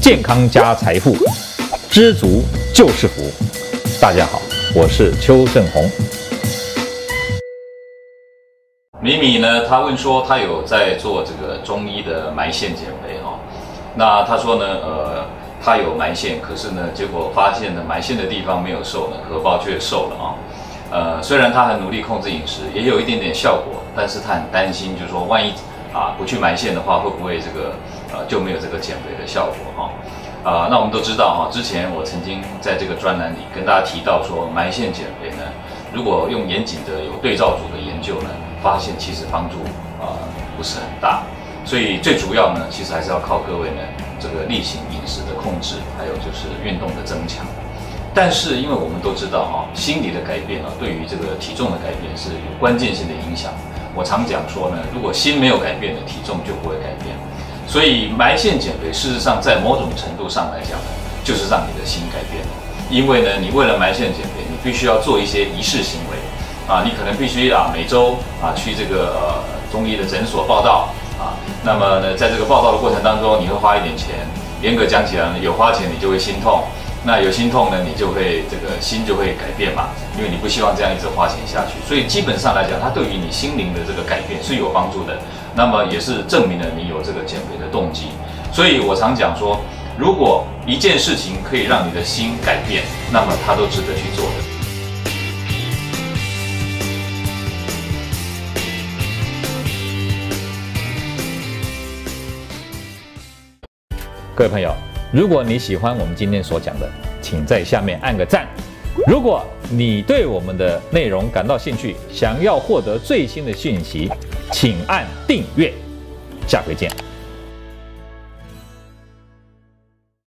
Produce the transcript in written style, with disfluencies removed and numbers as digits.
健康加财富，知足就是福。大家好，我是邱正宏。米米呢，他问说他有在做这个中医的埋线减肥哈，那他说呢，他有埋线，可是呢，结果发现呢，埋线的地方没有瘦呢，荷包却瘦了啊。虽然他很努力控制饮食，也有一点点效果，但是他很担心，就是说万一不去埋线的话，会不会这个就没有这个减肥的效果哈？那我们都知道哈，之前我曾经在这个专栏里跟大家提到说，埋线减肥呢，如果用严谨的有对照组的研究呢，发现其实帮助不是很大，所以最主要呢，其实还是要靠各位呢这个例行饮食的控制，还有就是运动的增强。但是因为我们都知道哈，心理的改变对于这个体重的改变是有关键性的影响。我常讲说呢，如果心没有改变的，体重就不会改变。所以埋线减肥，事实上在某种程度上来讲呢，就是让你的心改变了。因为呢，你为了埋线减肥，你必须要做一些仪式行为你可能必须每周去这个中医的诊所报到那么呢，在这个报到的过程当中，你会花一点钱。严格讲起来呢，有花钱你就会心痛。那有心痛呢，你就会这个心就会改变嘛，因为你不希望这样一直花钱下去，所以基本上来讲，它对于你心灵的这个改变是有帮助的。那么也是证明了你有这个减肥的动机。所以我常讲说，如果一件事情可以让你的心改变，那么它都值得去做的。各位朋友，如果你喜欢我们今天所讲的，请在下面按个赞。如果你对我们的内容感到兴趣，想要获得最新的讯息，请按订阅。下回见。